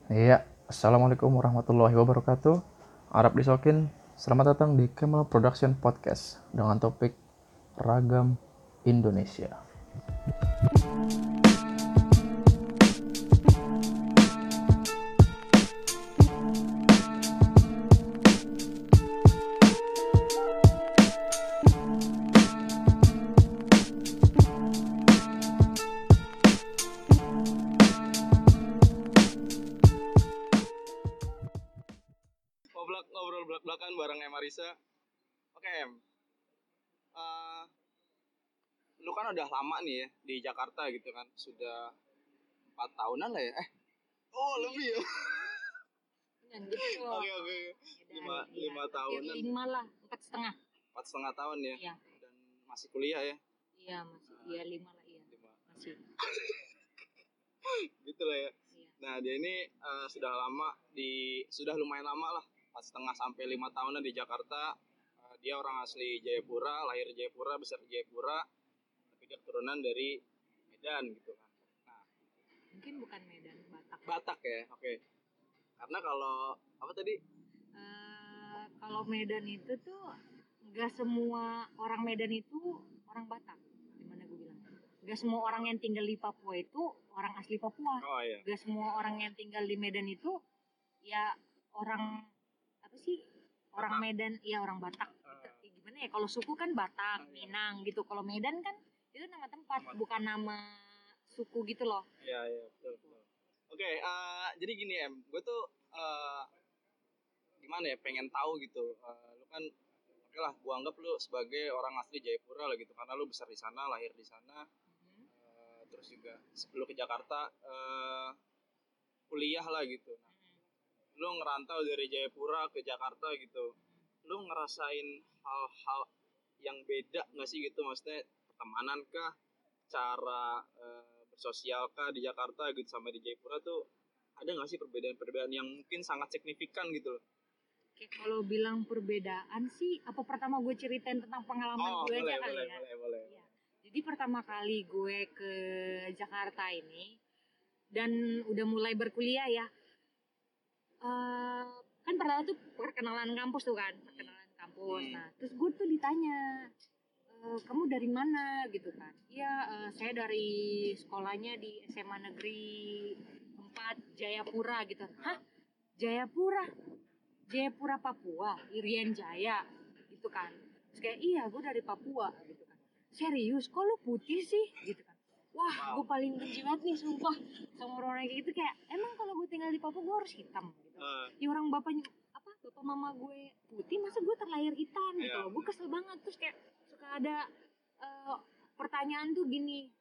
Iya, Assalamualaikum warahmatullahi wabarakatuh. Arab disokin, selamat datang di Kemal Production Podcast dengan topik Ragam Indonesia. Ngobrol belak-belakan bareng Emarisa. Oke, Em. Eh, lu kan udah lama nih ya di Jakarta gitu kan. Sudah 4 tahunan lah ya. Oh, lebih ya. Gitu. Oke, oke. Lima tahunan. 4,5. 4,5 tahun ya. Iya. Dan masih kuliah ya. Iya masih. Iya 5 lah iya. 5. Masih. Gitu lah ya. Iya. Nah, dia ini sudah lumayan lama lah. 4,5 sampai 5 tahunan di Jakarta. Dia orang asli Jayapura, lahir di Jayapura, besar di Jayapura. Tapi dia keturunan dari Medan gitu kan. Nah, Mungkin bukan Medan, Batak. Batak ya, oke. Karena kalau apa tadi? Kalau Medan itu tuh nggak semua orang Medan itu orang Batak. Gimana gue bilang? Nggak semua orang yang tinggal di Papua itu orang asli Papua. Oh iya. Nggak semua orang yang tinggal di Medan itu ya orang apa sih? Orang Batak. Medan, ya orang Batak. Gimana ya? Kalau suku kan Batak, Minang gitu. Kalau Medan kan itu nama tempat, bukan nama suku gitu loh. Iya, betul. Oke, jadi gini gue tuh gimana ya, pengen tahu gitu. Lu kan oke lah, gue anggap lu sebagai orang asli Jayapura lah gitu, karena lu besar di sana, lahir di sana. Terus juga lu ke Jakarta kuliah lah gitu. Nah, lu ngerantau dari Jayapura ke Jakarta gitu. Lu ngerasain hal-hal yang beda nggak sih gitu, maksudnya pertemanan kah, cara bersosial kah di Jakarta gitu sama di Jayapura tuh, ada nggak sih perbedaan-perbedaan yang mungkin sangat signifikan gitu loh? Oke, kalau bilang perbedaan sih, apa pertama gue ceritain tentang pengalaman gue aja kali ya? Boleh. Iya. Jadi pertama kali gue ke Jakarta ini dan udah mulai berkuliah ya, kan pertama tuh perkenalan kampus tuh kan, Nah, terus gue tuh ditanya, kamu dari mana gitu kan? Iya, saya dari sekolahnya di SMA Negeri 4 Jayapura gitu. Hah? Jayapura? Jayapura Papua, Irian Jaya gitu kan. Terus kayak iya gue dari Papua gitu kan. Serius kok lu putih sih gitu kan. Wah gue paling benci banget nih sumpah sama orang-orang kayak gitu. Kayak emang kalau gue tinggal di Papua gue harus hitam gitu. Ya orang bapak mama gue putih, masa gue terlahir hitam gitu loh. Gue kesel banget. Terus kayak suka ada pertanyaan tuh gini,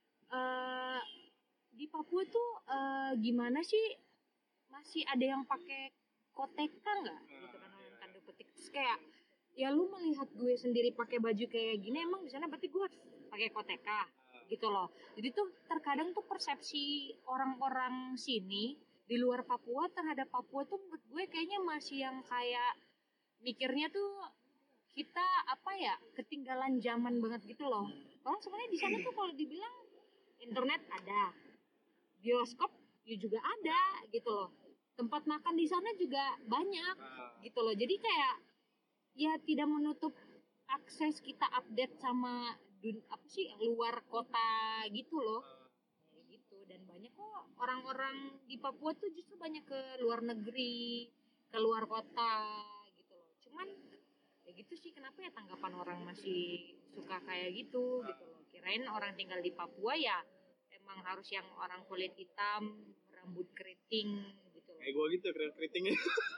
di Papua tuh gimana sih, masih ada yang pakai koteka nggak gitu kan, orang tanda petik. Terus kayak ya lu melihat gue sendiri pakai baju kayak gini, emang di sana berarti gue harus pakai koteka gitu loh. Jadi tuh terkadang tuh persepsi orang-orang sini di luar Papua terhadap Papua tuh menurut gue kayaknya masih yang kayak mikirnya tuh kita apa ya, ketinggalan zaman banget gitu loh. Kalau sebenarnya di sana tuh kalau dibilang internet ada, bioskop ya juga ada gitu loh, tempat makan di sana juga banyak gitu loh. Jadi kayak ya tidak menutup akses kita update sama apa sih luar kota gitu loh. Gitu. Dan banyak kok orang-orang di Papua tuh justru banyak ke luar negeri, ke luar kota gitu loh. Cuman ya gitu sih, kenapa ya tanggapan orang masih suka kayak gitu gitu loh. Kirain orang tinggal di Papua ya emang harus yang orang kulit hitam, rambut keriting gitu loh. Kayak gue gitu, keritingnya.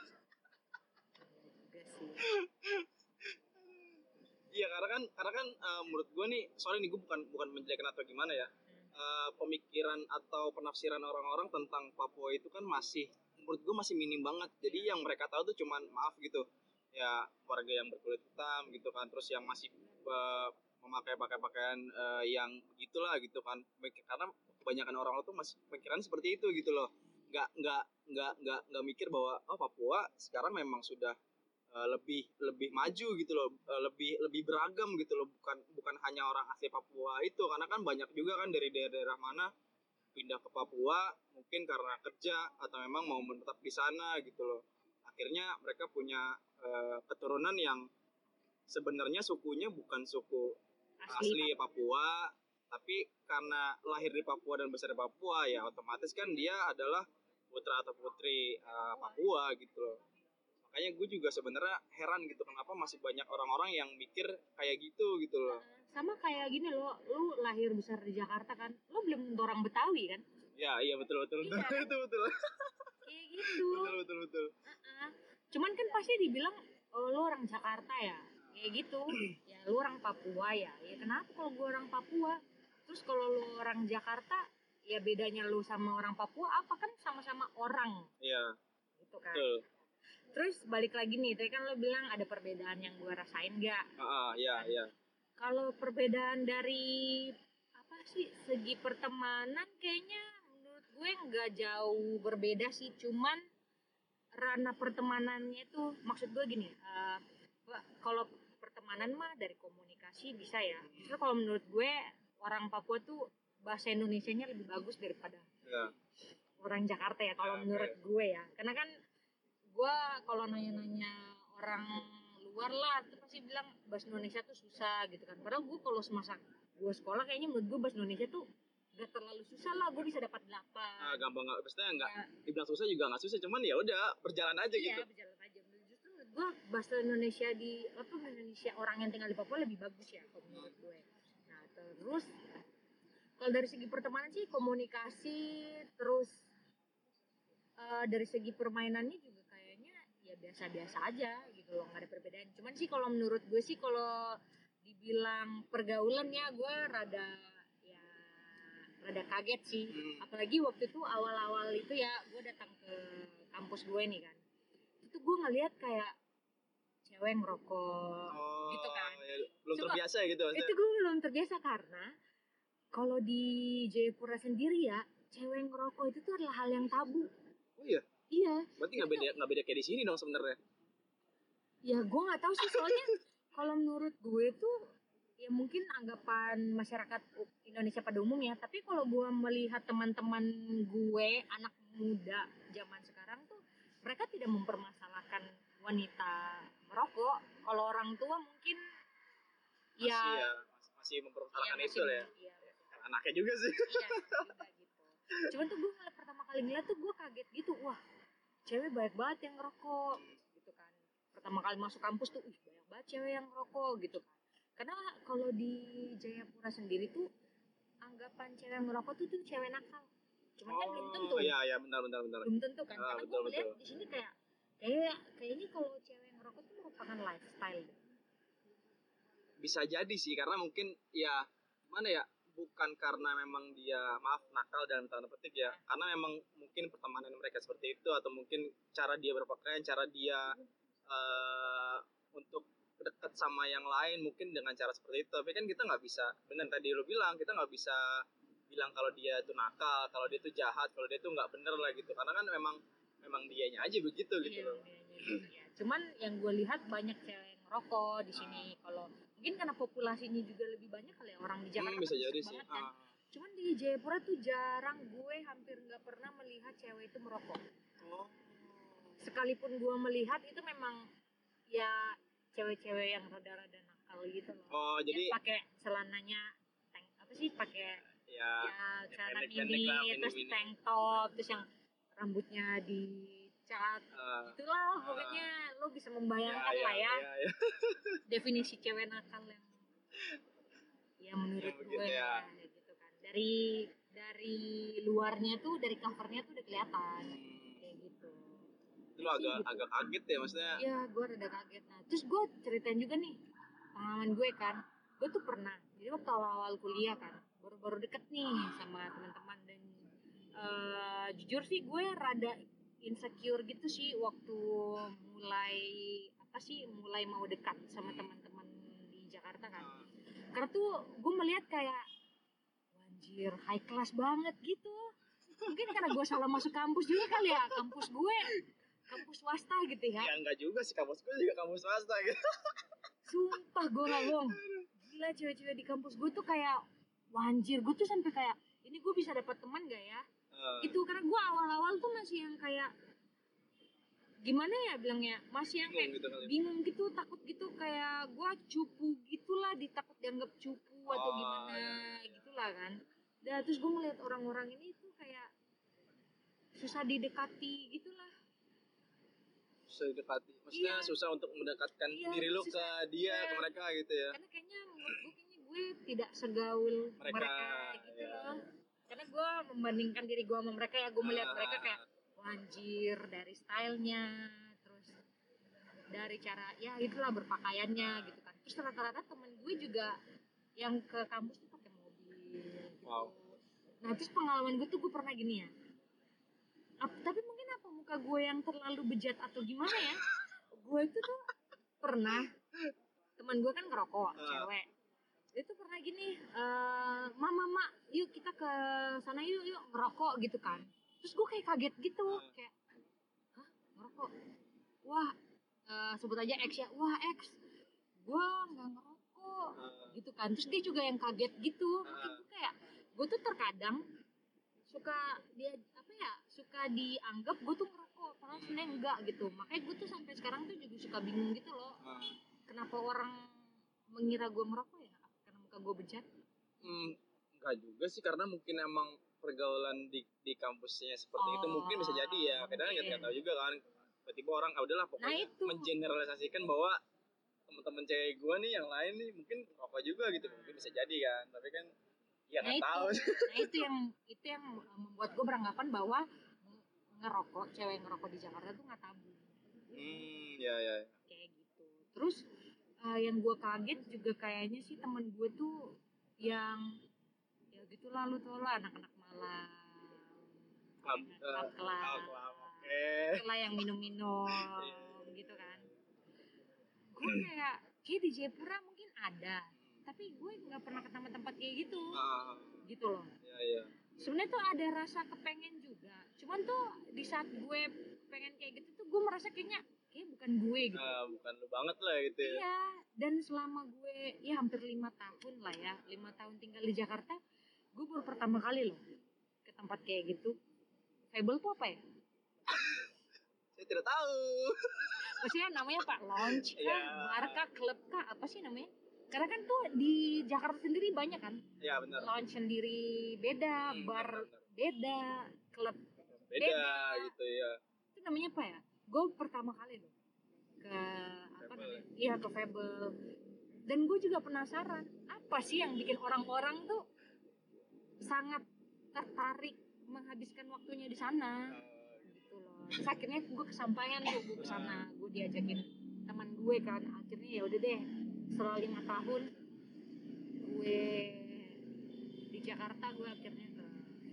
Enggak sih. Iya, karena kan menurut gue nih, soalnya nih gue bukan menjelekan atau gimana ya. Pemikiran atau penafsiran orang-orang tentang Papua itu kan masih, menurut gue masih minim banget. Jadi yang mereka tahu tuh cuman maaf gitu ya, warga yang berkulit hitam gitu kan, terus yang masih memakai pakaian yang gitulah gitu kan. Karena kebanyakan orang tuh masih pikiran seperti itu gitu loh. Nggak mikir bahwa Papua sekarang memang sudah lebih maju gitu loh, lebih beragam gitu loh, bukan hanya orang asli Papua itu, karena kan banyak juga kan dari daerah-daerah mana pindah ke Papua mungkin karena kerja atau memang mau menetap di sana gitu loh. Akhirnya mereka punya keturunan yang sebenarnya sukunya bukan suku asli Papua, tapi karena lahir di Papua dan besar di Papua ya otomatis kan dia adalah putra atau putri Papua gitu loh. Makanya gue juga sebenarnya heran gitu kenapa masih banyak orang-orang yang mikir kayak gitu loh. Sama kayak gini loh, lu lahir besar di Jakarta kan, lu belum tentu orang Betawi kan? Ya iya betul. Iya. betul. Kayak gitu. Betul. Cuman kan pasti dibilang, oh lu orang Jakarta ya, kayak gitu. Ya lu orang Papua ya. Ya kenapa kalau gue orang Papua? Terus kalau lu orang Jakarta, ya bedanya lu sama orang Papua apa, kan sama-sama orang. Iya. Gitu kan. Betul. Terus balik lagi nih, tadi kan lu bilang ada perbedaan yang gue rasain gak? Iya. Kalau perbedaan dari apa sih, segi pertemanan kayaknya menurut gue nggak jauh berbeda sih, cuman ranah pertemanannya itu, maksud gue gini, kalau pertemanan mah dari komunikasi bisa ya. Terus kalau menurut gue orang Papua tuh bahasa Indonesianya lebih bagus daripada orang Jakarta ya kalau menurut gue ya. Karena kan gue kalau nanya-nanya orang luar lah tuh pasti bilang bahasa Indonesia tuh susah gitu kan. Padahal gue kalau semasa gue sekolah kayaknya menurut gue bahasa Indonesia tuh gak terlalu susah lah, gue bisa dapat 8. Gampang, maksudnya nggak dibilang susah juga nggak susah, cuman ya udah berjalan aja gitu. Iya, berjalan aja. Justru menurut gue bahasa Indonesia Indonesia orang yang tinggal di Papua lebih bagus ya kalau menurut gue. Nah terus kalau dari segi pertemanan sih komunikasi, terus dari segi permainannya juga kayaknya ya biasa-biasa aja gitu loh, nggak ada perbedaan. Cuman sih kalau menurut gue sih kalau dibilang pergaulan ya gue rada kaget sih. Apalagi waktu itu awal-awal itu ya gue datang ke kampus gue nih kan, itu gue ngeliat kayak cewek ngerokok gitu kan. Ya, belum terbiasa ya gitu maksudnya. Itu gue belum terbiasa karena kalau di Jayapura sendiri ya cewek ngerokok itu tuh adalah hal yang tabu. Oh iya? Iya. Berarti nggak beda kayak di sini dong sebenarnya. Ya gue nggak tahu sih, soalnya kalau menurut gue tuh ya mungkin anggapan masyarakat Indonesia pada umumnya, tapi kalau gue melihat teman-teman gue anak muda zaman sekarang tuh mereka tidak mempermasalahkan wanita merokok. Kalau orang tua mungkin masih mempermasalahkan ya, itu ya. Iya, anaknya juga sih. Iya juga gitu. Cuman tuh gue pertama kali ngeliat tuh gue kaget gitu, wah cewek banyak banget yang ngerokok gitu kan. Pertama kali masuk kampus tuh banyak banget cewek yang ngerokok gitu kan. Karena kalau di Jayapura sendiri tuh anggapan cewek yang ngerokok tuh cewek nakal. Cuman kan belum tentu. Iya benar. Belum tentu kan. Karena gue melihat di sini kayaknya kalau cewek yang ngerokok tuh merupakan lifestyle. Bisa jadi sih, karena mungkin ya gimana ya, bukan karena memang dia nakal dalam tanda petik ya, karena memang mungkin pertemanan mereka seperti itu, atau mungkin cara dia berpakaian, cara dia untuk dekat sama yang lain mungkin dengan cara seperti itu. Tapi kan kita nggak bisa, benar tadi lo bilang, kita nggak bisa bilang kalau dia itu nakal, kalau dia itu jahat, kalau dia itu nggak bener lah gitu, karena kan memang dianya aja begitu gitu loh. Iya. Cuman yang gue lihat banyak cewek yang ngerokok di sini. Kalau mungkin karena populasinya juga lebih banyak kali ya, orang di Jakarta bisa kan jadi banget sih. kan. Cuman di Jayapura tuh jarang, gue hampir nggak pernah melihat cewek itu merokok. Sekalipun gue melihat itu memang ya cewek-cewek yang rada-rada nakal gitu loh. Jadi pakai celananya pakai celana mini, terus tank top, terus yang rambutnya dicat, itulah pokoknya lo bisa membayangkan lah ya. Definisi cewek nakal yang ya menurut gue gitu kan. Dari luarnya tuh, dari covernya tuh udah kelihatan kayak gitu. Itu agak kaget ya maksudnya. Iya, gue rada kaget. Nah terus gue ceritain juga nih pengalaman gue kan. Gue tuh pernah, jadi waktu awal kuliah kan, baru deket nih sama teman-teman, dan jujur sih gue rada insecure gitu sih waktu mulai mau dekat sama teman-teman di Jakarta kan. Karena tuh gue melihat kayak anjir high class banget gitu. Mungkin karena gue salah masuk kampus juga kali ya, kampus gue kampus swasta gitu ya. Ya enggak juga sih, kampus gue juga kampus swasta gitu. Sumpah gue gak bohong, gila cewek-cewek di kampus gue tuh kayak wah anjir, gue tuh sampai kayak ini ini gue bisa dapat teman gak ya? Itu Karena gue awal-awal tuh masih yang kayak gimana ya bilangnya, masih yang kayak gitu kali. bingung gitu, takut gitu, kayak gue cupu gitulah, ditakut dianggap cupu atau gimana gitulah kan. Dan terus gue ngeliat orang-orang ini tuh kayak susah didekati gitulah. Susah didekati. Maksudnya susah untuk mendekatkan diri lu ke dia, ke mereka gitu ya. Karena kayaknya menurut gue tidak segaul mereka gitu loh. Karena gue membandingkan diri gue sama mereka ya, gue melihat mereka kayak anjir, dari stylenya, terus dari cara ya itulah berpakaiannya gitu kan. Terus rata-rata temen gue juga yang ke kampus tuh pakai mobil gitu. Nah terus pengalaman gue tuh gue pernah gini ya, tapi mungkin apa muka gue yang terlalu bejat atau gimana ya, gue itu tuh pernah, teman gue kan ngerokok, cewek, itu pernah gini, mama yuk kita ke sana yuk ngerokok gitu kan. Terus gue kayak kaget gitu, kayak hah ngerokok, wah sebut aja X ya, wah X gue nggak ngerokok gitu kan. Terus dia juga yang kaget gitu. Gue kayak, gue tuh terkadang suka dia suka dianggap gue tuh ngerokok padahal sebenarnya enggak gitu. Makanya gue tuh sampai sekarang tuh juga suka bingung gitu loh, kenapa orang mengira gue ngerokok ya, karena muka gue bejat. Enggak juga sih, karena mungkin emang pergaulan di kampusnya seperti itu, mungkin bisa jadi ya. Kadang nggak tahu juga kan, tiba-tiba orang udahlah pokoknya mengeneralisasikan bahwa teman-teman cewek gue nih yang lain nih mungkin rokok juga gitu. Mungkin bisa jadi kan, tapi kan ya nggak tahu. Nah itu yang membuat gue beranggapan bahwa cewek ngerokok di Jakarta tuh nggak tabu. Ya kayak gitu. Terus yang gue kaget juga kayaknya sih temen gue tuh yang ya gitulah, lu tau lah anak-anak malam, setelah yang minum gitu kan. Gue kayak di Jayapura mungkin ada, tapi gue nggak pernah ke tempat kayak gitu, gitu loh. Sebenarnya tuh ada rasa kepengen juga, cuman tuh di saat gue pengen kayak gitu tuh gue merasa kayak bukan gue gitu. Bukan lu banget lah gitu ya. Iya, dan selama gue ya hampir 5 tahun lah ya, 5 tahun tinggal di Jakarta, gue baru pertama kali loh ke tempat kayak gitu. Fable tuh apa ya? Saya tidak tahu. Maksudnya namanya Pak Lounge kah, bar kah, klub kah, apa sih namanya? Karena kan tuh di Jakarta sendiri banyak kan? Iya benar. Lounge sendiri beda, bar beda, klub beda gitu ya. Itu namanya apa ya? Gue pertama kali loh ke apa namanya? Iya, ke Fable. Dan gue juga penasaran, apa sih yang bikin orang-orang tuh sangat tertarik menghabiskan waktunya di sana gitu loh. Terus akhirnya gue kesampaian tuh, gue kesana, gue diajakin teman gue kan. Akhirnya ya udah deh, setelah 5 tahun gue di Jakarta, gue akhirnya ke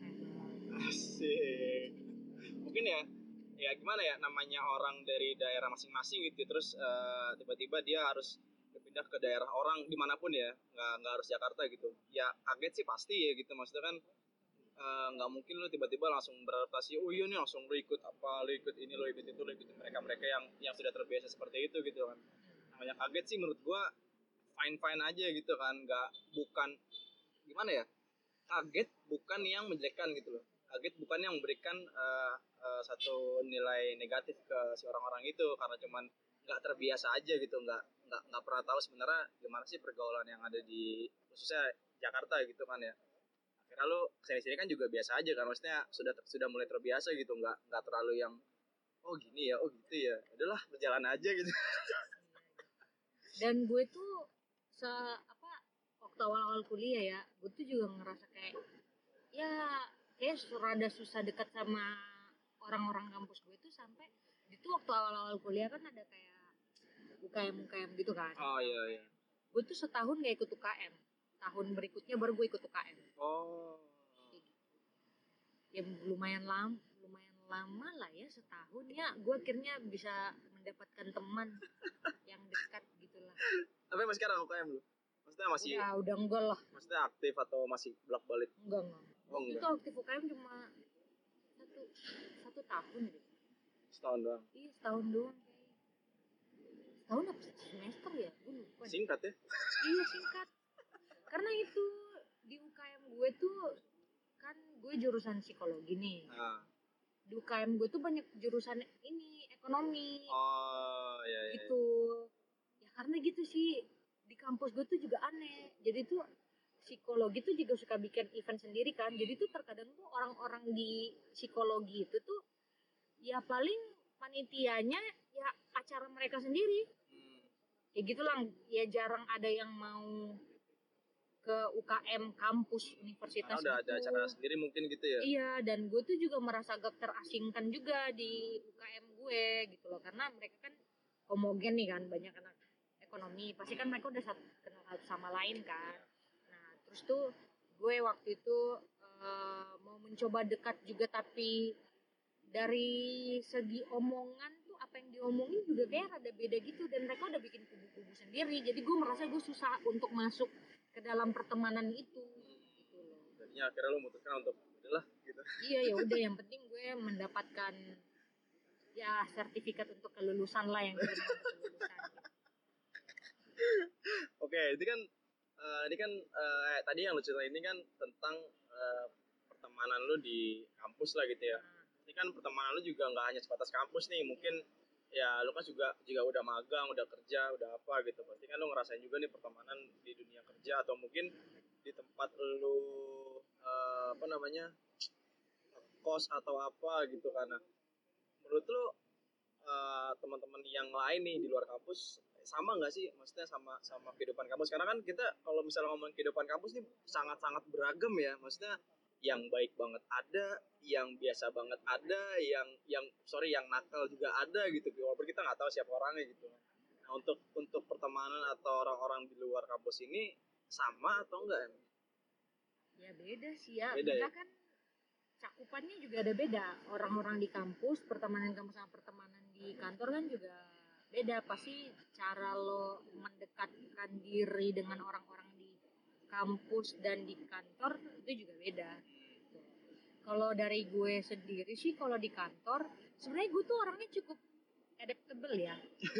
Asik. Mungkin ya gimana ya, namanya orang dari daerah masing-masing gitu, terus tiba-tiba dia harus pindah ke daerah orang dimanapun ya, nggak harus Jakarta gitu. Ya kaget sih pasti ya gitu, maksudnya kan nggak mungkin lo tiba-tiba langsung beradaptasi, oh iya nih langsung lo ikut apa, lo ikut ini, lo ikut itu, lo ikut mereka yang sudah terbiasa seperti itu gitu kan. Namanya kaget sih menurut gua fine aja gitu kan, bukan gimana ya, kaget bukan yang menjelekkan gitu loh, kaget bukan yang memberikan satu nilai negatif ke si orang-orang itu, karena cuman nggak terbiasa aja gitu, nggak pernah tahu sebenarnya gimana sih pergaulan yang ada di khususnya Jakarta gitu kan ya. Akhirnya lo kesini kan juga biasa aja kan, maksudnya sudah mulai terbiasa gitu, nggak terlalu yang oh gini ya, oh gitu ya, udahlah berjalan aja gitu. Dan gue tuh waktu awal-awal kuliah ya, gue tuh juga ngerasa kayak rada susah dekat sama orang-orang kampus gue tuh, sampai itu waktu awal-awal kuliah kan ada kayak UKM gitu kan. Oh iya. Gue tuh setahun gak ikut UKM, tahun berikutnya baru gue ikut UKM. Ya lumayan lama lah ya, setahun ya. Gue akhirnya bisa mendapatkan teman yang dekat gitulah. Tapi masih sekarang UKM lu? Maksudnya masih? Udah enggak lah. Maksudnya aktif atau masih bolak-balik? Enggak. Itu aktif UKM cuma satu tahun gitu. Setahun doang? Iya, setahun doang kayak. Setahun apa semester ya? Gue lupa. Singkat ya? Iya, singkat. Karena itu di UKM gue tuh kan gue jurusan psikologi nih. Nah. Di UKM gue tuh banyak jurusan ini ekonomi. Oh iya. Gitu. Ya karena gitu sih di kampus gue tuh juga aneh. Jadi tuh psikologi tuh juga suka bikin event sendiri kan. Jadi tuh terkadang tuh orang-orang di psikologi itu tuh ya paling panitianya ya acara mereka sendiri. Ya gitulah, ya jarang ada yang mau ke UKM kampus universitas karena udah gitu. ada acara sendiri mungkin gitu ya. Iya, dan gue tuh juga merasa agak terasingkan juga di UKM gue gitu loh, karena mereka kan homogen nih kan, banyak anak ekonomi, pasti kan mereka udah kenal satu sama lain kan. Nah terus tuh gue waktu itu mau mencoba dekat juga, tapi dari segi omongan tuh apa yang diomongin juga kayak rada beda gitu, dan mereka udah bikin kubu-kubu sendiri, jadi gue merasa gue susah untuk masuk ke dalam pertemanan itu gitu loh. Jadinya akhirnya lo memutuskan untuk udahlah gitu. Iya ya udah, yang penting gue mendapatkan ya sertifikat untuk kelulusan lah, yang kelulusan gitu. Oke, ini kan tadi yang lo ceritain ini kan tentang pertemanan lo di kampus lah gitu ya. Ini kan pertemanan lu juga nggak hanya sebatas kampus nih, mungkin ya lu kan juga udah magang, udah kerja, udah apa gitu. Pasti kan lu ngerasain juga nih pertemanan di dunia kerja, atau mungkin di tempat lu kos atau apa gitu. Karena menurut lu teman-teman yang lain nih di luar kampus sama nggak sih, maksudnya sama kehidupan kampus? Karena kan kita kalau misalnya ngomongin kehidupan kampus nih sangat beragam ya, maksudnya yang baik banget ada, yang biasa banget ada, yang nakal juga ada gitu, walaupun kita nggak tahu siapa orangnya gitu. Nah untuk pertemanan atau orang-orang di luar kampus ini sama atau enggak? Ya beda sih ya, beda karena ya? kan cakupannya juga ada beda. Orang-orang di kampus, pertemanan kampus sama pertemanan di kantor kan juga beda. Pasti cara lo mendekatkan diri dengan orang-orang di kampus dan di kantor itu juga beda. Kalau dari gue sendiri sih, kalau di kantor sebenarnya gue tuh orangnya cukup adaptable ya.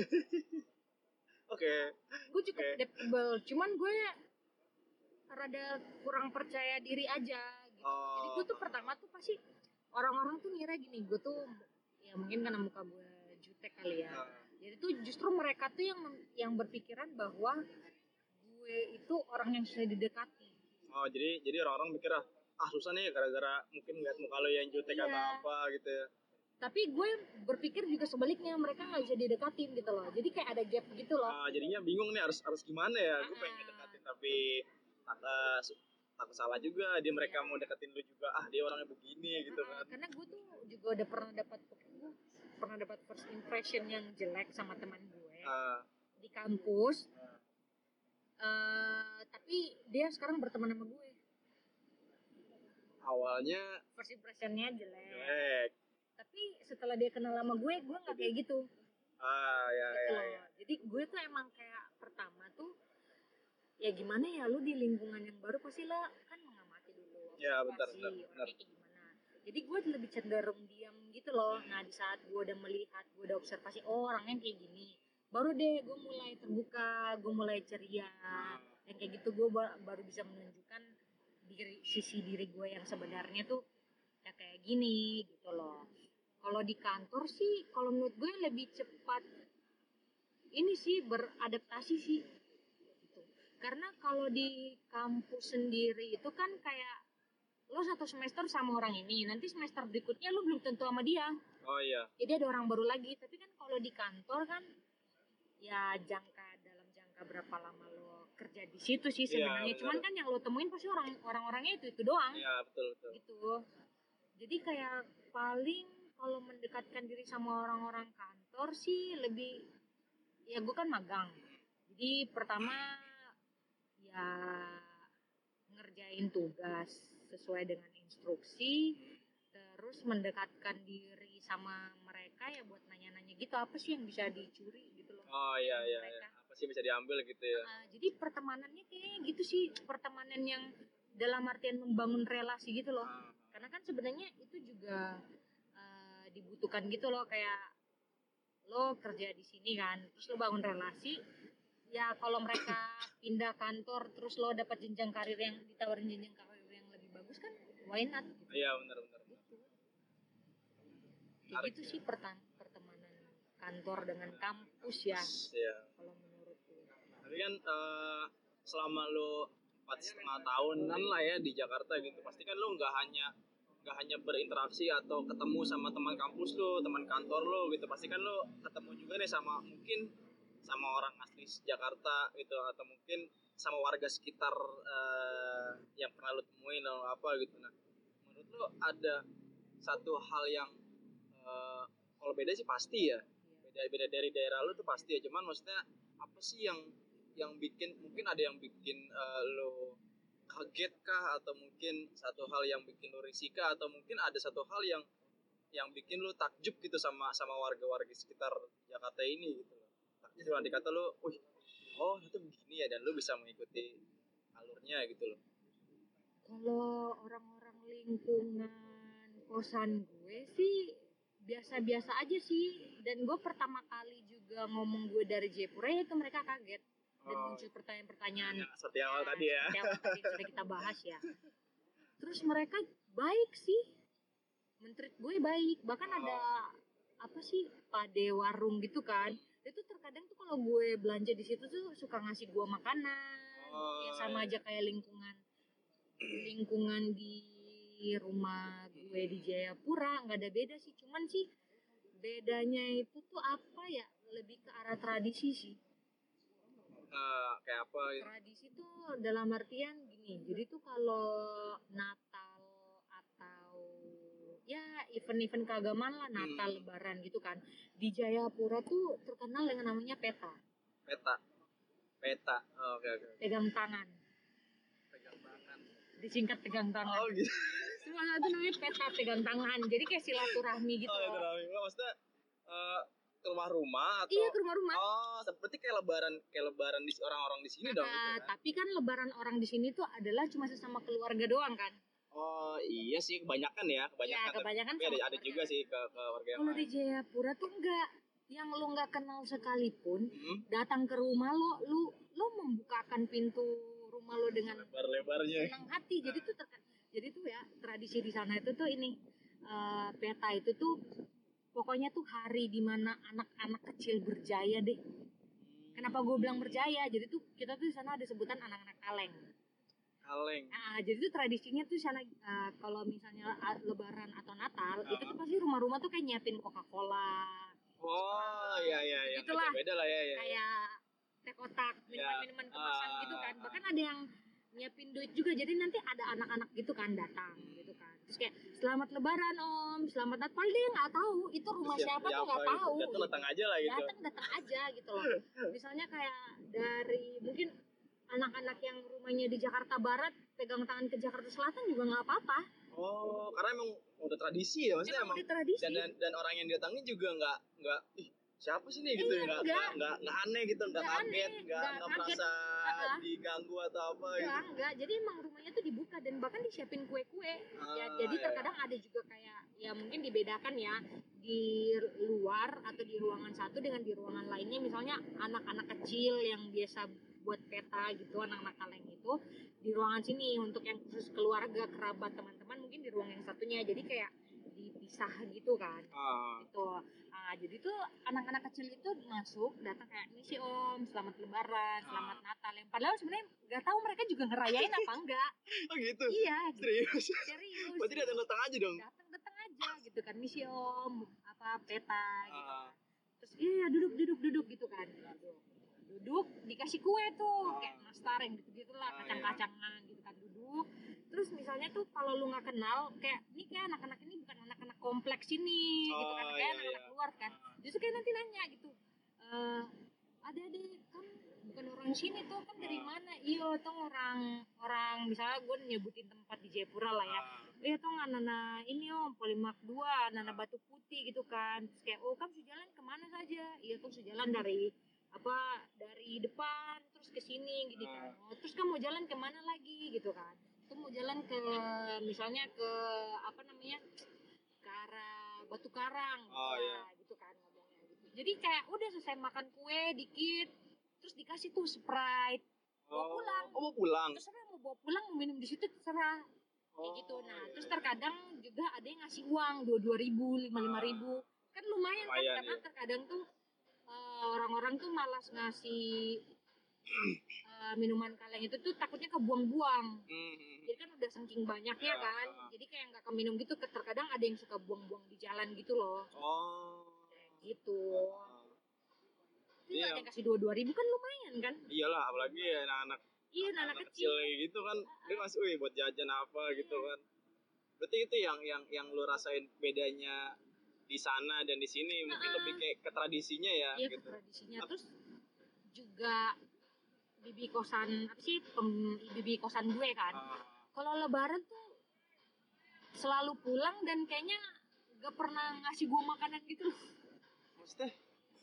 Oke. Gue cukup adaptable, cuman gue rada kurang percaya diri aja gitu. Jadi gue tuh pertama tuh pasti orang-orang tuh ngira gini, gue tuh ya mungkin karena muka gue jutek kali ya. Jadi tuh justru mereka tuh yang berpikiran bahwa gue itu orang yang susah didekati. Oh, jadi orang-orang mikir susah nih gara-gara mungkin ngeliat muka lo yang jutek atau apa gitu ya. Tapi gue berpikir juga sebaliknya, mereka nggak bisa didekatin gitu loh. Jadi kayak ada gap gitu loh. Jadinya bingung nih harus gimana ya. Gue pengen dekatin tapi takut salah juga, mereka mau deketin lu juga dia orangnya begini gitu kan. Karena gue tuh juga udah pernah dapat first impression yang jelek sama teman gue di kampus. Tapi dia sekarang berteman sama gue. Awalnya first impressionnya jelek. Tapi setelah dia kenal sama gue nggak kayak gitu. Ya. Jadi gue tuh emang kayak pertama tuh ya gimana ya, lu di lingkungan yang baru pasti lah kan mengamati dulu. Ya benar. Kayak gimana. Jadi gue lebih cenderung diam gitu loh. Nah di saat gue udah melihat, gue udah observasi orangnya kayak gini, baru deh gue mulai terbuka, gue mulai ceria. Yang kayak gitu gue baru bisa menunjukkan sisi diri gue yang sebenarnya tuh ya kayak gini gitu loh. Kalau di kantor sih, kalau menurut gue lebih cepat ini sih beradaptasi sih gitu. Karena kalau di kampus sendiri itu kan kayak lo satu semester sama orang ini, nanti semester berikutnya lo belum tentu sama dia. Oh iya. Jadi ada orang baru lagi. Tapi kan kalau di kantor kan ya dalam jangka berapa lama lo kerja di situ sih sebenarnya. Cuman kan yang lo temuin pasti orang-orangnya itu doang. Iya betul. Gitu. Jadi kayak paling kalau mendekatkan diri sama orang-orang kantor sih lebih, ya gue kan magang. Jadi pertama ya ngerjain tugas sesuai dengan instruksi, terus mendekatkan diri sama mereka ya buat nanya-nanya gitu, apa sih yang bisa dicuri gitu loh. Oh iya. Apa sih bisa diambil gitu ya. Jadi pertemanannya kayak gitu sih, pertemanan yang dalam artian membangun relasi gitu loh. Karena kan sebenarnya itu juga dibutuhkan gitu loh, kayak lo kerja di sini kan, terus lo bangun relasi. Ya kalau mereka pindah kantor terus lo dapat jenjang karir yang ditawarin jenjang karir yang lebih bagus kan why not gitu. Iya benar. Gitu. Kayak gitu sih pertemanan kantor dengan kampus ya Iya. kalau menurut gue. Tapi kan selama lo 4,5 tahunan lah ya di Jakarta gitu, pasti kan lo nggak hanya berinteraksi atau ketemu sama teman kampus lo, teman kantor lo gitu, pasti kan lo ketemu juga nih mungkin sama orang asli Jakarta gitu, atau mungkin sama warga sekitar yang pernah lo temuin atau apa gitu. Nah, menurut lo ada satu hal yang kalau beda sih pasti ya, beda dari daerah lo tuh pasti ya, cuman maksudnya apa sih yang bikin, mungkin ada yang bikin lo kaget kah, atau mungkin satu hal yang bikin lo risih kah, atau mungkin ada satu hal yang bikin lo takjub gitu sama warga-warga sekitar Jakarta ini gitu loh. Takjub nanti kata lo, wih, oh itu begini ya, dan lo bisa mengikuti alurnya gitu loh. Kalau orang-orang lingkungan kosan gue sih biasa-biasa aja sih, dan gue pertama kali juga ngomong gue dari Jayapura ya itu mereka kaget dan muncul pertanyaan-pertanyaan Seperti awal tadi ya. seperti yang tadi sudah kita bahas ya. Terus mereka baik sih, menteri gue baik, bahkan ada apa sih pade warung gitu kan, itu terkadang tuh kalau gue belanja di situ tuh suka ngasih gue makanan yang sama aja kayak lingkungan di rumah gue di Jayapura, nggak ada beda sih, cuman sih bedanya itu tuh apa ya, lebih ke arah tradisi sih. Kayak apa gitu? Tradisi tuh dalam artian gini, jadi tuh kalau Natal atau ya event-event keagamaan lah, Natal, Lebaran gitu kan, di Jayapura tuh terkenal dengan namanya peta. Oke. Pegang tangan, disingkat pegang tangan. Oh gitu. Semua itu namanya peta, pegang tangan, jadi kayak silaturahmi gitu. Oh itu ramai. Maksudnya ke rumah-rumah atau? Iya, ke rumah-rumah. Oh, seperti kayak lebaran di orang-orang di sini dong gitu kan? Tapi kan lebaran orang di sini tuh adalah cuma sesama keluarga doang kan. Oh iya sih, kebanyakan ya. Iya, kebanyakan tapi sama ada juga sih ke warga yang kalau di lain. Jayapura tuh enggak, yang lo nggak kenal sekalipun datang ke rumah lo membukakan pintu rumah lo dengan Lebar-lebarnya. senang hati. Jadi tuh ya tradisi di sana itu tuh ini peta itu tuh pokoknya tuh hari dimana anak-anak kecil berjaya deh. Kenapa gue bilang berjaya? Jadi tuh kita tuh di sana ada sebutan anak-anak kaleng. Jadi tuh tradisinya tuh sana kalau misalnya Lebaran atau Natal itu tuh pasti rumah-rumah tuh kayak nyiapin Coca-Cola. Oh iya. Itulah. Beda lah ya. Kayak teh kotak, minuman-minuman kemasan gitu kan. Bahkan ada yang nyiapin duit juga, jadi nanti ada anak-anak gitu kan datang gitu kan. Terus kayak selamat Lebaran Om, selamat Natal, dia nggak tahu itu rumah siapa tuh nggak tahu. Datang aja lah gitu. Datang aja gitu loh. Misalnya kayak dari mungkin anak-anak yang rumahnya di Jakarta Barat pegang tangan ke Jakarta Selatan juga nggak apa-apa. Oh, karena emang udah tradisi ya, maksudnya emang udah tradisi. Dan orang yang didatangin juga nggak siapa sih nih gitu, nggak aneh gitu, nggak kaget, nggak merasa diganggu atau apa gitu. Enggak, jadi emang rumahnya tuh dibuka dan bahkan disiapin kue-kue. Jadi terkadang ada juga kayak ya mungkin dibedakan ya di luar atau di ruangan satu dengan di ruangan lainnya, misalnya anak-anak kecil yang biasa buat peta gitu, anak-anak kaleng itu di ruangan sini, untuk yang khusus keluarga, kerabat, teman-teman mungkin di ruang yang satunya, jadi kayak dipisah gitu kan. Gitu. Jadi tuh anak-anak kecil itu masuk datang kayak misi Om, selamat Lebaran, selamat Natal, yang padahal sebenarnya nggak tahu mereka juga ngerayain apa enggak. Oh gitu. Iya. Serius. Berarti datang aja dong. Datang aja gitu kan, misi Om, apa peta gitu kan. Terus iya duduk gitu kan. Duduk dikasih kue tuh kayak nastar yang gitu lah, kacang-kacangan gitu kan, duduk. Terus misalnya tuh kalau lu nggak kenal kayak ini, kayak anak-anak ini bukan anak-anak kompleks ini gitu kan, kayak anak-anak luar kan, justru kayak nanti nanya gitu, adik-adik kan bukan orang sini tuh, kan dari mana? Iya tuh orang misalnya gue nyebutin tempat di Jayapura lah ya, iya tuh anak ini Om Polimak 2, anak Batu Putih gitu kan. Terus kayak oh kan sejalan kemana saja? Iya tuh sejalan dari depan terus ke sini gitu kan. Oh, terus kamu mau jalan kemana lagi gitu kan? Itu mau jalan ke misalnya ke ke arah Batu Karang gitu kan ngomongnya gitu. Jadi kayak udah selesai makan kue dikit terus dikasih tuh Sprite, bawa pulang. Mau pulang? Terserah mau bawa pulang, mau minum di situ terserah. kayak gitu. Nah terus terkadang juga ada yang ngasih uang 2.000, 5.000, kan lumayan kan, Lumayan, karena iya. terkadang tuh orang-orang tuh malas ngasih minuman kaleng itu tuh takutnya kebuang-buang. Jadi kan udah saking banyaknya kan, jadi kayak nggak keminum gitu. Terkadang ada yang suka buang-buang di jalan gitu loh, gitu. Itu Iya. ada yang kasih 2.000 kan lumayan kan. Iyalah, apalagi ya anak-anak Iya, anak kecil kecil. kayak gitu kan, dia masih buat jajan apa gitu kan. Berarti itu yang lu rasain bedanya di sana dan di sini, mungkin lebih kayak ke tradisinya ya Iya, gitu. ke tradisinya. Terus juga bibi kosan, apa sih, bibi kosan gue kan, kalau lebaran tuh selalu pulang dan kayaknya gak pernah ngasih gue makanan gitu loh. Maksudnya?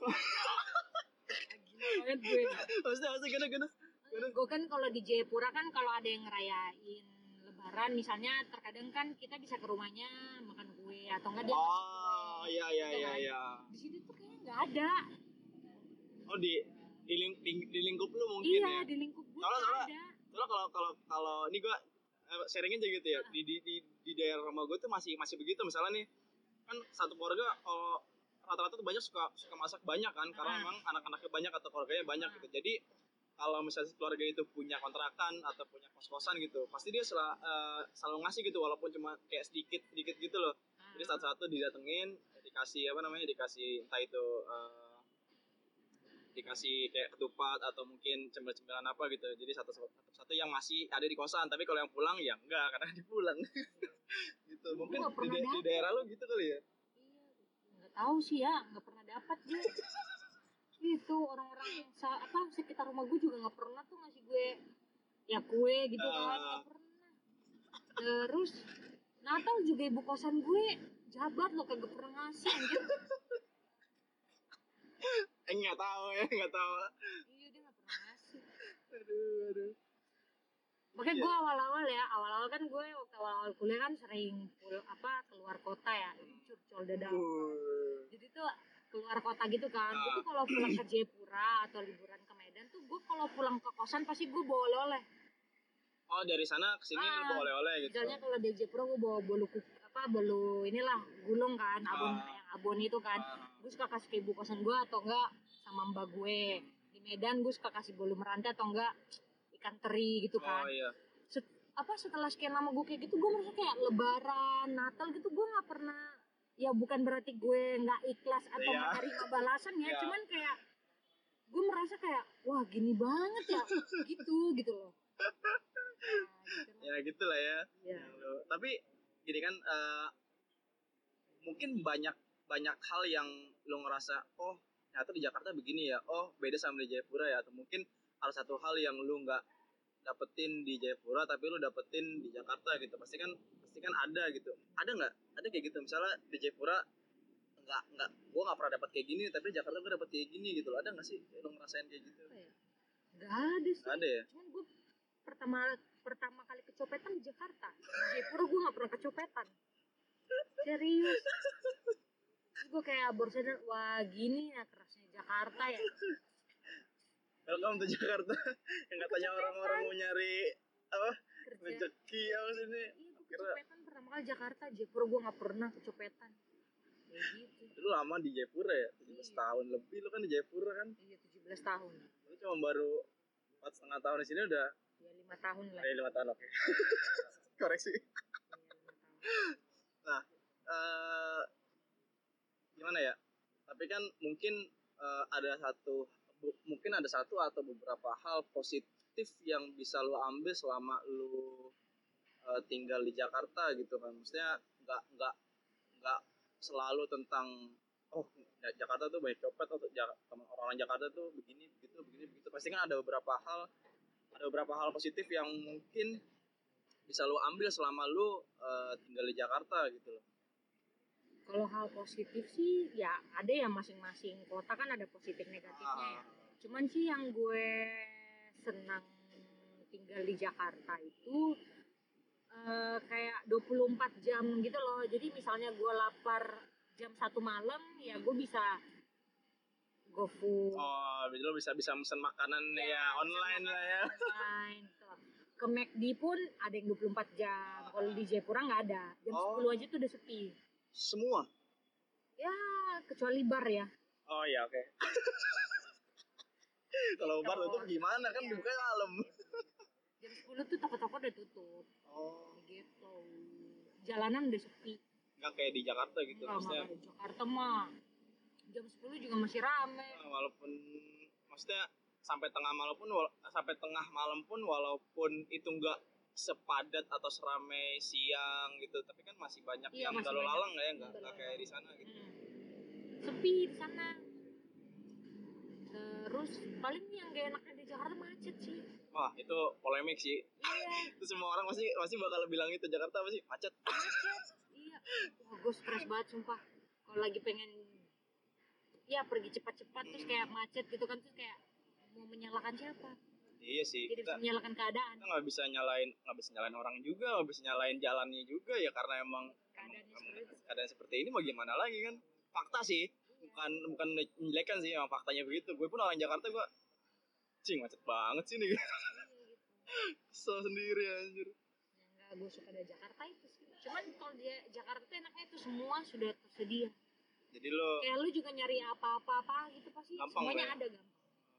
Gila banget gue. Maksudnya gimana? Gue kan kalau di Jayapura kan, kalau ada yang ngerayain lebaran misalnya, terkadang kan kita bisa ke rumahnya makan kue atau enggak dia ngasih kue. Iya. Di sini tuh kayaknya nggak ada. Oh, di lingkup lu mungkin Iya, ya. di lingkup gue Soalnya nggak ada. kalau ini gua sharing aja gitu ya. Di daerah rumah gue tuh masih begitu. Misalnya nih, kan satu keluarga kalau rata-rata tuh banyak suka masak banyak kan, karena memang anak-anaknya banyak atau keluarganya banyak gitu. Jadi kalau misalnya keluarga itu punya kontrakan atau punya kos-kosan gitu, pasti dia selalu ngasih gitu, walaupun cuma kayak sedikit gitu loh. Jadi satu-satu didatengin, dikasih entah itu dikasih kayak ketupat atau mungkin cemilan apa gitu. Jadi satu yang masih ada di kosan, tapi kalau yang pulang ya enggak, karena dipulang. Gitu. Mungkin di daerah lu gitu kali ya. Iya, nggak tahu sih ya, nggak pernah dapat gue. Itu orang-orang yang sekitar rumah gue juga nggak pernah tuh ngasih gue ya kue gitu kan, nggak pernah. Terus Natal juga ibu kosan gue jabat loh, kagak pernah ngasih anjir. Nggak tahu. Iya, dia nggak pernah ngasih. Aduh. Makanya gue awal-awal kan gue waktu awal-awal kuliah kan sering keluar kota ya, curcol dadang. Jadi tuh keluar kota gitu kan. Gue tuh kalau pulang ke Jayapura atau liburan ke Medan tuh, gue kalau pulang ke kosan pasti gue bawa oleh-oleh. Oh, dari sana ke sini lu bawa oleh-oleh gitu. Misalnya kalau di Jayapura gue bawa bolu inilah gulung kan, abon itu kan. Gue suka kasih ke ibu kosan gue atau enggak sama mbak gue. Di Medan gue suka kasih bolu merantai atau enggak ikan teri gitu kan. Oh iya. Setelah sekian lama gue kayak gitu, gue merasa kayak lebaran, Natal gitu gue nggak pernah, ya bukan berarti gue nggak ikhlas atau menerima balasan ya, cuman kayak gue merasa kayak wah gini banget ya gitu loh. Ya gitulah ya. Tapi gini kan, mungkin banyak hal yang lo ngerasa oh ternyata di Jakarta begini ya, oh beda sama di Jayapura ya, atau mungkin ada satu hal yang lo nggak dapetin di Jayapura tapi lo dapetin di Jakarta gitu. Pasti kan ada gitu. Ada kayak gitu, misalnya di Jayapura gue nggak pernah dapat kayak gini, tapi di Jakarta gue dapet kayak gini gitu loh. Ada nggak sih lo ngerasain kayak gitu? Nggak ada sih. Ada ya? Cuman gue pertama kali kecopetan di Jakarta. Di Jayapura gue nggak pernah kecopetan. Serius. Terus gue kayak baru sadar, wah gini ya kerasnya Jakarta ya. Welcome to Jakarta. Yang katanya orang-orang mau nyari apa? Rezeki apa sini? Iya, gue kecopetan pertama kali Jakarta. Jayapura gue nggak pernah kecopetan. Kayak gitu. Lu lama di Jayapura ya? 17 tahun lebih lu kan di Jayapura kan? Iya, 17 tahun. Lu cuma baru 4,5 tahun di sini udah? Ya 5 tahun lah. 5 tahun, oke. Koreksi. Nah, gimana ya? Tapi kan mungkin ada satu atau beberapa hal positif yang bisa lu ambil selama lu tinggal di Jakarta gitu kan. Maksudnya nggak selalu tentang Jakarta tuh banyak copet atau orang-orang Jakarta tuh begini begitu. Pasti kan ada beberapa hal positif yang mungkin bisa lu ambil selama lu tinggal di Jakarta gitu loh. Kalau hal positif sih ya ada ya, masing-masing kota kan ada positif negatifnya ya. Cuman sih yang gue senang tinggal di Jakarta itu kayak 24 jam gitu loh. Jadi misalnya gue lapar jam 1 malam ya gue bisa GoFood. Oh, lo bisa mesen makanan ya online lah ya. Online gitu. ke McD pun ada yang 24 jam. Kalau di Jayapura nggak ada. Jam 10 aja tuh udah sepi. Semua? Ya, kecuali bar ya. Oh iya, oke. Kalau bar tutup gimana kan, dibuka malam. Jam 10 tuh toko-toko udah tutup. Oh, Gitu. Jalanan udah sepi. nggak kayak di Jakarta gitu. Nggak Maksudnya kayak Jakarta mah. Jam 10 juga masih rame. walaupun maksudnya sampai tengah malam pun walaupun itu nggak sepadat atau seramai siang gitu, tapi kan masih banyak Iya, yang masih lalu banyak. lalang nggak kayak di sana gitu. Sepi di sana. Terus paling yang gak enaknya di Jakarta macet sih. Wah, itu polemik sih. Iya. Itu semua orang pasti bakal bilang itu, Jakarta pasti macet. Iya. Wah, gue stres banget sumpah. Kalau lagi pengen ya pergi cepat-cepat terus kayak macet gitu kan, terus kayak mau menyalahkan siapa? Iya sih, Jadi bisa menyalahkan keadaan. kita nggak bisa nyalain orang juga, nggak bisa nyalain jalannya juga ya, karena emang keadaan seperti ini mau gimana lagi kan. Fakta sih, bukan menjelekan sih, emang faktanya begitu. Gue pun orang Jakarta, gue macet banget sih nih. So sendiri anjir. Yang gak gue suka dari Jakarta itu sih. Cuman kalau di Jakarta tuh enaknya itu semua sudah tersedia. Jadi lo Kayak lu juga nyari apa-apa gitu pasti gampang, semuanya ya? ada gampang.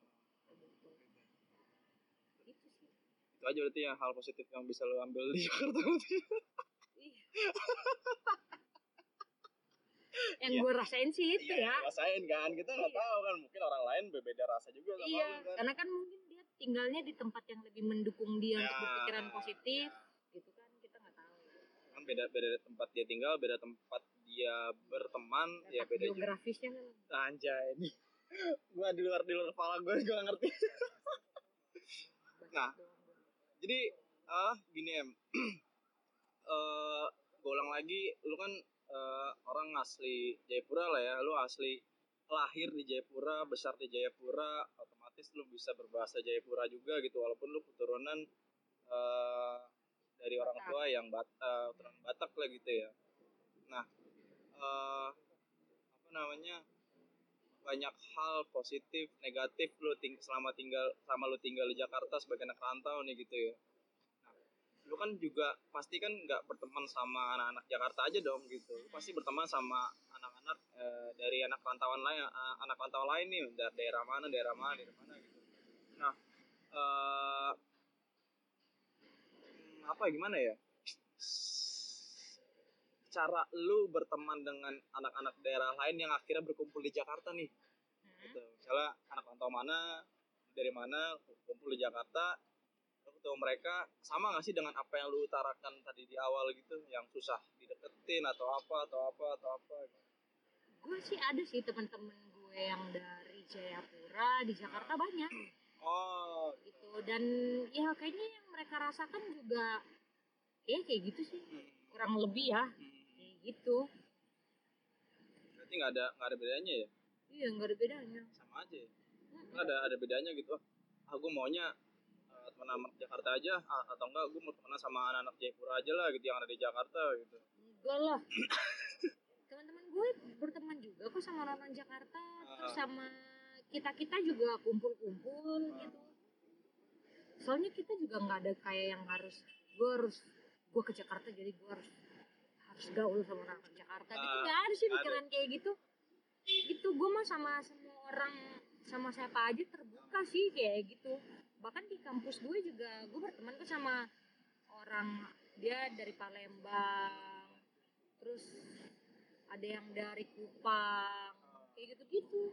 Gitu sih. itu aja berarti ya hal positif yang bisa lo ambil di Jakarta berarti. Iya. Yang gue rasain sih itu Iya, ya. rasain kan, kita nggak tahu kan, mungkin orang lain berbeda rasa juga sama Iya, lo kan. karena kan mungkin dia tinggalnya di tempat yang lebih mendukung dia untuk Ya. berpikiran positif, gitu kan kita nggak tahu. Kan beda tempat dia tinggal, beda tempat dia berteman, ya beda juga. Geografisnya kan. Anjay nih. Gua di luar kepala gue gak ngerti. Nah, jadi gini em. Gue ulang lagi, lu kan orang asli Jayapura lah ya, lu asli lahir di Jayapura, besar di Jayapura, otomatis lu bisa berbahasa Jayapura juga gitu, walaupun lu keturunan dari orang tua yang keturunan Batak lah gitu ya. Nah, apa namanya, banyak hal positif, negatif lu selama lu tinggal di Jakarta sebagai anak rantau nih gitu ya. Nah, lu kan juga pasti kan nggak berteman sama anak-anak Jakarta aja dong gitu. Lu pasti berteman sama anak-anak dari anak rantauan lain, anak rantau lain nih, dari daerah mana gitu. Nah, gimana ya? Cara lu berteman dengan anak-anak daerah lain yang akhirnya berkumpul di Jakarta nih. Gitu. Misalnya anak rantau mana, dari mana kumpul di Jakarta, lu ketemu mereka, sama gak sih dengan apa yang lu utarakan tadi di awal gitu, yang susah dideketin atau apa gitu. Gue sih ada sih teman-teman gue yang dari Jayapura di Jakarta banyak. Oh, Gitu, dan ya kayaknya yang mereka rasakan juga kayak gitu sih, kurang lebih ya, kayak gitu. berarti nggak ada bedanya ya? Iya, nggak ada bedanya. Sama aja ya? Nggak ada bedanya gitu. Gue maunya teman anak Jakarta aja, atau enggak gue mau temenan sama anak-anak Jayapura aja lah gitu, yang ada di Jakarta gitu. Enggak lah. Teman-teman gue berteman juga kok sama orang Jakarta, terus sama kita juga kumpul-kumpul gitu. Soalnya kita juga nggak ada kayak yang gue ke Jakarta jadi gue harus gaul sama orang Jakarta gitu, nggak ada sih pikiran kayak gitu. Gitu, gue mah sama semua orang, sama siapa aja terbuka sih kayak gitu. Bahkan di kampus gue juga gue berteman tuh sama orang, dia dari Palembang, terus ada yang dari Kupang, kayak gitu-gitu.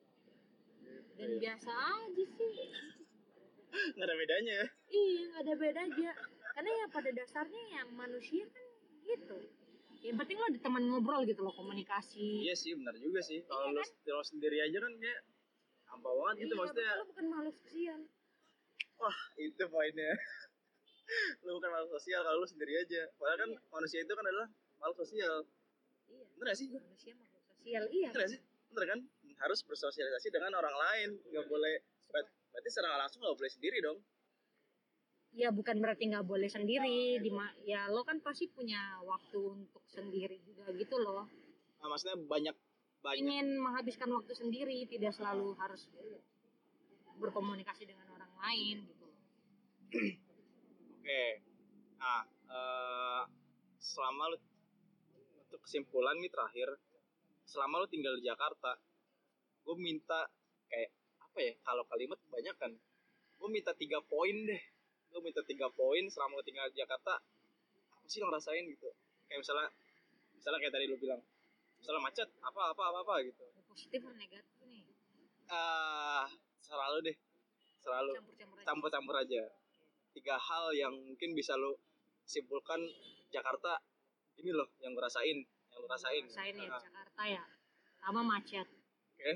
Dan biasa aja sih. Nggak ada bedanya ya? Iya, nggak ada bedanya. Karena ya pada dasarnya ya manusia kan gitu. Yang penting lo ada teman ngobrol gitu loh, komunikasi. Iya sih, benar juga sih. Kalau Iya, lo sendiri aja kan kayak hampa banget gitu, maksudnya. Lo bukan makhluk sosial. Wah, itu poinnya. Lo bukan makhluk sosial kalau lo sendiri aja. Padahal kan manusia itu kan adalah makhluk sosial. Iya. Bener gak sih? Manusia makhluk sosial, iya. Bener gak sih? Bener kan? Harus bersosialisasi dengan orang lain. Gak boleh, berarti secara langsung gak boleh sendiri dong. Ya bukan berarti nggak boleh sendiri. Ya lo kan pasti punya waktu untuk sendiri juga gitu loh. Nah, maksudnya banyak. Ingin menghabiskan waktu sendiri, tidak selalu harus berkomunikasi dengan orang lain gitu loh. Oke. Nah, selama lu, untuk kesimpulan nih terakhir, selama lu tinggal di Jakarta, gue minta kayak apa ya, kalau kalimat kebanyakan, gue minta 3 poin deh. Gue minta 3 poin selama lu tinggal di Jakarta, apa sih lo ngerasain gitu. Kayak misalnya kayak tadi lu bilang, misalnya macet apa gitu. Positif atau negatif nih? Selalu deh, selalu Campur-campur aja. campur-campur aja. 3 hal yang mungkin bisa lu simpulkan Jakarta ini loh yang gue rasain, yang lu rasain. Rasain ya Jakarta ya. Sama macet. Oke.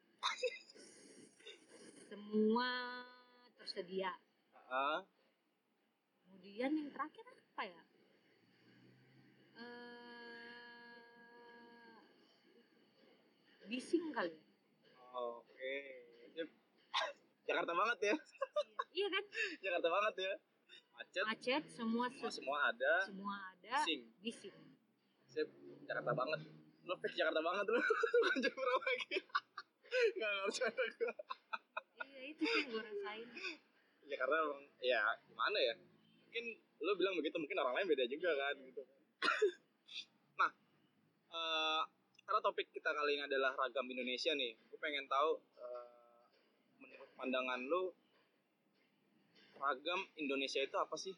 Semua tersedia. Ah, Kemudian yang terakhir apa ya? Bising kali ya. oke. Ya, Jakarta banget ya. Iya kan? Jakarta banget ya. Macet, Macet, semua semua ada. ada. Bising. Sip, Jakarta banget. Lo fix Jakarta banget lo. Bukan Jakarta lagi. Nggak harus ada gue. Iya itu sih yang gue rasain. Ya karena emang, ya gimana ya. Mungkin lo bilang begitu, mungkin orang lain beda juga kan gitu. Nah, karena topik kita kali ini adalah ragam Indonesia nih. Gue pengen tahu menurut pandangan lo, ragam Indonesia itu apa sih?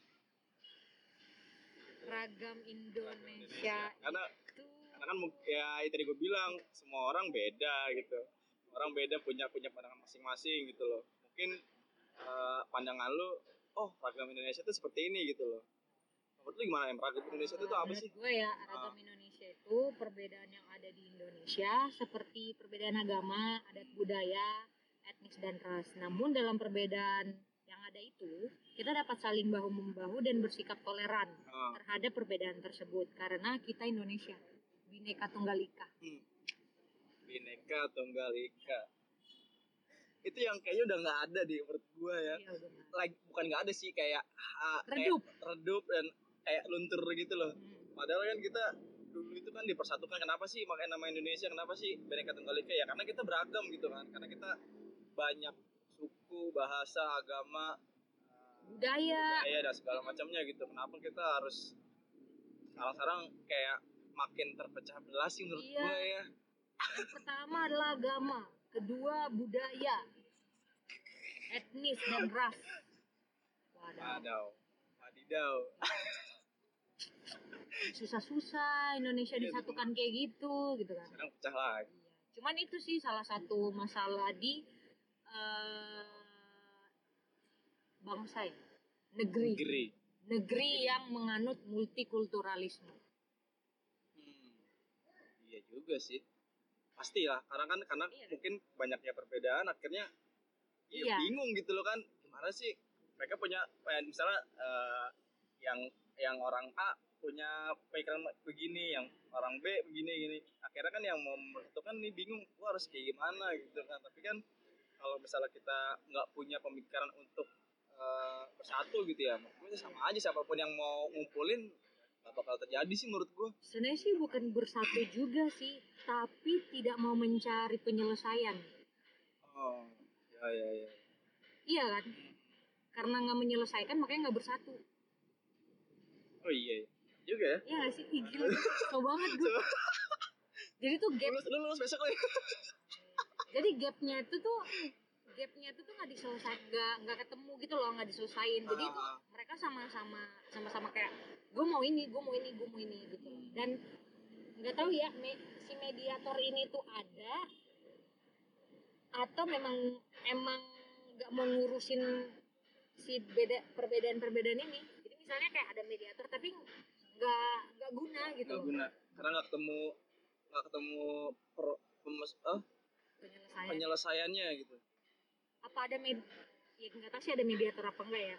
Ragam Indonesia Karena itu kan ya itu tadi gue bilang, semua orang beda gitu. Orang beda punya pandangan masing-masing gitu loh. Mungkin pandangan lu, oh ragam Indonesia itu seperti ini gitu loh. Menurut lu gimana em? Ragam Indonesia itu apa sih? menurut gue ya, ragam Indonesia itu perbedaan yang ada di Indonesia seperti perbedaan agama, adat budaya, etnis dan ras. Namun dalam perbedaan yang ada itu, kita dapat saling bahu-membahu dan bersikap toleran terhadap perbedaan tersebut karena kita Indonesia, Bhinneka Tunggal Ika. Bhinneka Tunggal Ika. Itu yang kayaknya udah nggak ada di menurut gue ya. Iya, udah nggak. Like, bukan nggak ada sih, kayak Redup. kayak redup dan kayak luntur gitu loh. Padahal kan kita dulu itu kan dipersatukan. Kenapa sih makanya nama Indonesia? Kenapa sih Bhinneka Tunggal Ika? Ya karena kita beragam gitu kan. Karena kita banyak suku, bahasa, agama, Budaya. dan segala macamnya gitu. Kenapa kita harus sekarang kayak makin terpecah belah sih menurut Iya. gue ya. Yang pertama adalah agama, kedua budaya, etnis dan ras. Wadidaw. Susah-susah Indonesia disatukan kayak gitu kan. Sekarang pecah lagi. Iya. Cuman itu sih salah satu masalah di bangsa ya, negeri yang menganut multikulturalisme. Iya juga sih. Pasti ya, karena Iya. mungkin banyaknya perbedaan akhirnya Iya. bingung gitu loh kan. Gimana sih mereka punya misalnya yang orang A punya pikiran begini, yang orang B begini. Akhirnya kan yang mau menentukan nih bingung, gua harus kayak gimana gitu kan. Tapi kan kalau misalnya kita nggak punya pemikiran untuk bersatu gitu ya, maksudnya sama aja siapapun yang mau ngumpulin nggak bakal terjadi sih menurut gua. Sebenarnya sih bukan bersatu juga sih, tapi tidak mau mencari penyelesaian. Oh, ya. Iya kan? Karena nggak menyelesaikan makanya nggak bersatu. Oh iya juga ya. Iya nggak sih? Ih, gila, so banget gue. Jadi tuh gap. Lulus besok lagi. Jadi gapnya itu tuh nggak diselesai, nggak ketemu gitu loh, nggak diselesain. Jadi itu mereka sama-sama kayak gue mau ini gitu. Dan nggak tahu ya si mediator ini tuh ada atau emang nggak mau ngurusin si perbedaan ini. Jadi misalnya kayak ada mediator tapi nggak guna gitu. Nggak guna karena nggak ketemu penyelesaiannya gitu. Apa ada ya nggak tahu sih ada mediator apa enggak ya.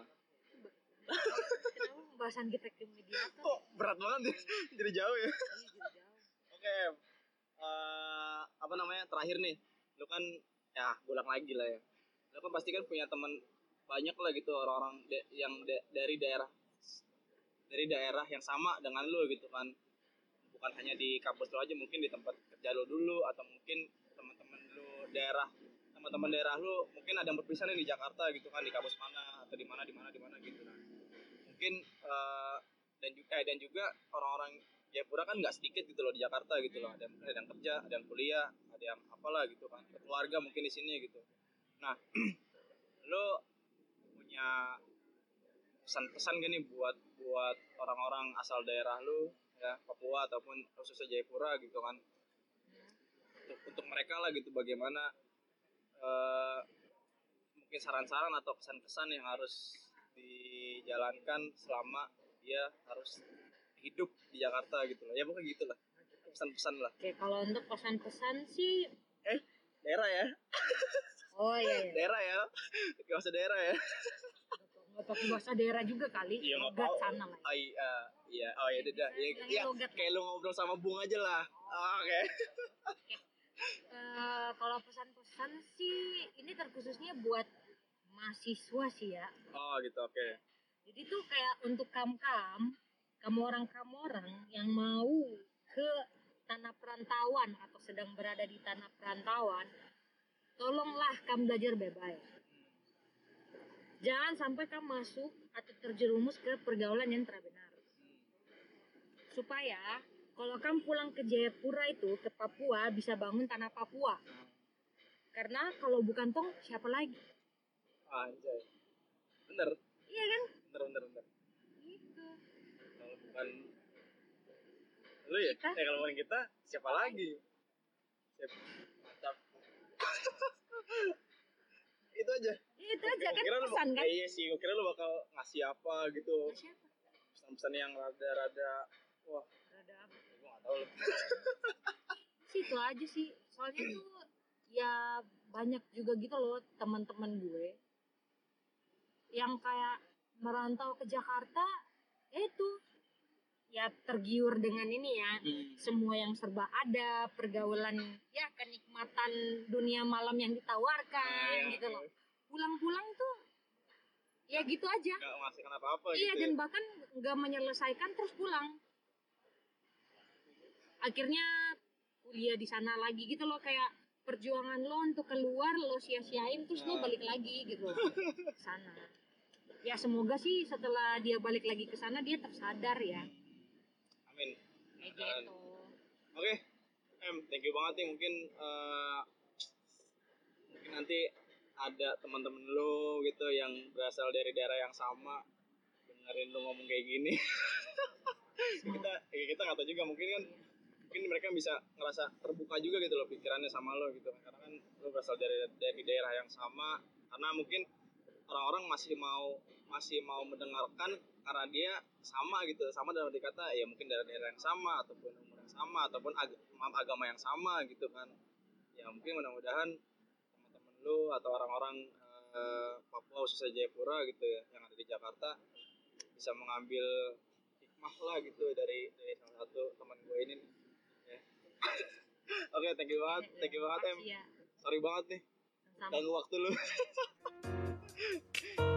Kenapa pembahasan kita ke mediator? Kok berat banget ya? Jadi jauh ya. Oke. Apa namanya, terakhir nih, lu kan ya ulang lagi lah ya, lu kan pasti kan punya teman banyak lah gitu, orang-orang dari daerah yang sama dengan lu gitu kan, bukan hanya di kampus lu aja, mungkin di tempat kerja lu dulu, atau mungkin teman-teman daerah lu mungkin ada yang berpisah nih di Jakarta gitu kan, di kampus mana atau di mana gitu. Nah, mungkin dan juga orang-orang Jayapura kan nggak sedikit gitu loh di Jakarta gitu loh, ada yang kerja, ada yang kuliah, ada yang apalah gitu kan, keluarga mungkin di sini gitu. Nah, lo punya pesan-pesan gak nih buat orang-orang asal daerah lu ya, Papua ataupun khususnya Jayapura gitu kan, untuk mereka lah gitu, bagaimana mungkin saran-saran atau pesan-pesan yang harus dijalankan selama dia harus hidup di Jakarta gitu loh ya, pokoknya gitu lah, pesan-pesan lah. Oke, kalau untuk pesan-pesan sih, Daerah ya, oh iya, daerah ya, gak usah daerah ya. nggak pakai bahasa daerah juga kali, Iya, nggak logat tahu. sana lah. Iya, oh iya, dah. Bilangnya Iya, logat kayak lu ngobrol sama Bung aja lah. Oke. Kalau pesan-pesan sih, ini terkhususnya buat mahasiswa sih ya. Oh gitu, oke. Jadi tuh kayak untuk kamu orang yang mau ke tanah perantauan atau sedang berada di tanah perantauan, tolonglah kamu belajar baik-baik. Jangan sampai kamu masuk atau terjerumus ke pergaulan yang tidak benar. Supaya kalau kamu pulang ke Jayapura itu, ke Papua, bisa bangun tanah Papua. Karena kalau bukan tong, siapa lagi? Anjay. Bener. Iya kan? Bener. Gitu. Kalau bukan lu ya? Kita? Kalau bukan kita, siapa lagi? Mantap. Itu aja. Itu aja kan Kira lu, pesan kan? iya sih, gue kira lu bakal ngasih apa gitu. Nah, siapa? Pesan-pesan yang rada-rada, wah, Ada apa? gue gak tau lu. Sih itu aja sih. Soalnya tuh ya banyak juga gitu loh teman-teman gue yang kayak merantau ke Jakarta, itu ya tergiur dengan ini ya, semua yang serba ada, pergaulan ya, kenikmatan dunia malam yang ditawarkan gitu loh. Pulang-pulang tuh ya gitu aja. Gak menghasilkan apa-apa Iya, gitu. dan bahkan nggak menyelesaikan terus pulang. Akhirnya kuliah di sana lagi gitu loh, kayak perjuangan lo untuk keluar lo sia-siain, terus lo balik lagi gitu loh ke sana. Ya semoga sih setelah dia balik lagi ke sana dia tersadar ya. Amin. Kayak gitu. Oke, thank you banget nih. Mungkin nanti ada teman-teman lo gitu yang berasal dari daerah yang sama dengerin lo ngomong kayak gini. kita nggak tahu juga, mungkin mereka bisa ngerasa terbuka juga gitu loh pikirannya sama lo gitu kan, karena kan lo berasal dari daerah yang sama, karena mungkin orang-orang masih mau mendengarkan karena dia sama gitu, sama dalam arti kata ya mungkin dari daerah yang sama ataupun umur yang sama ataupun agama yang sama gitu kan. Ya mungkin mudah-mudahan teman-teman lu atau orang-orang Papua khususnya Jayapura gitu ya yang ada di Jakarta bisa mengambil hikmah lah gitu dari salah satu teman gue ini ya. Oke, thank you banget Makasih ya. sorry banget nih Sama. ganggu waktu lu.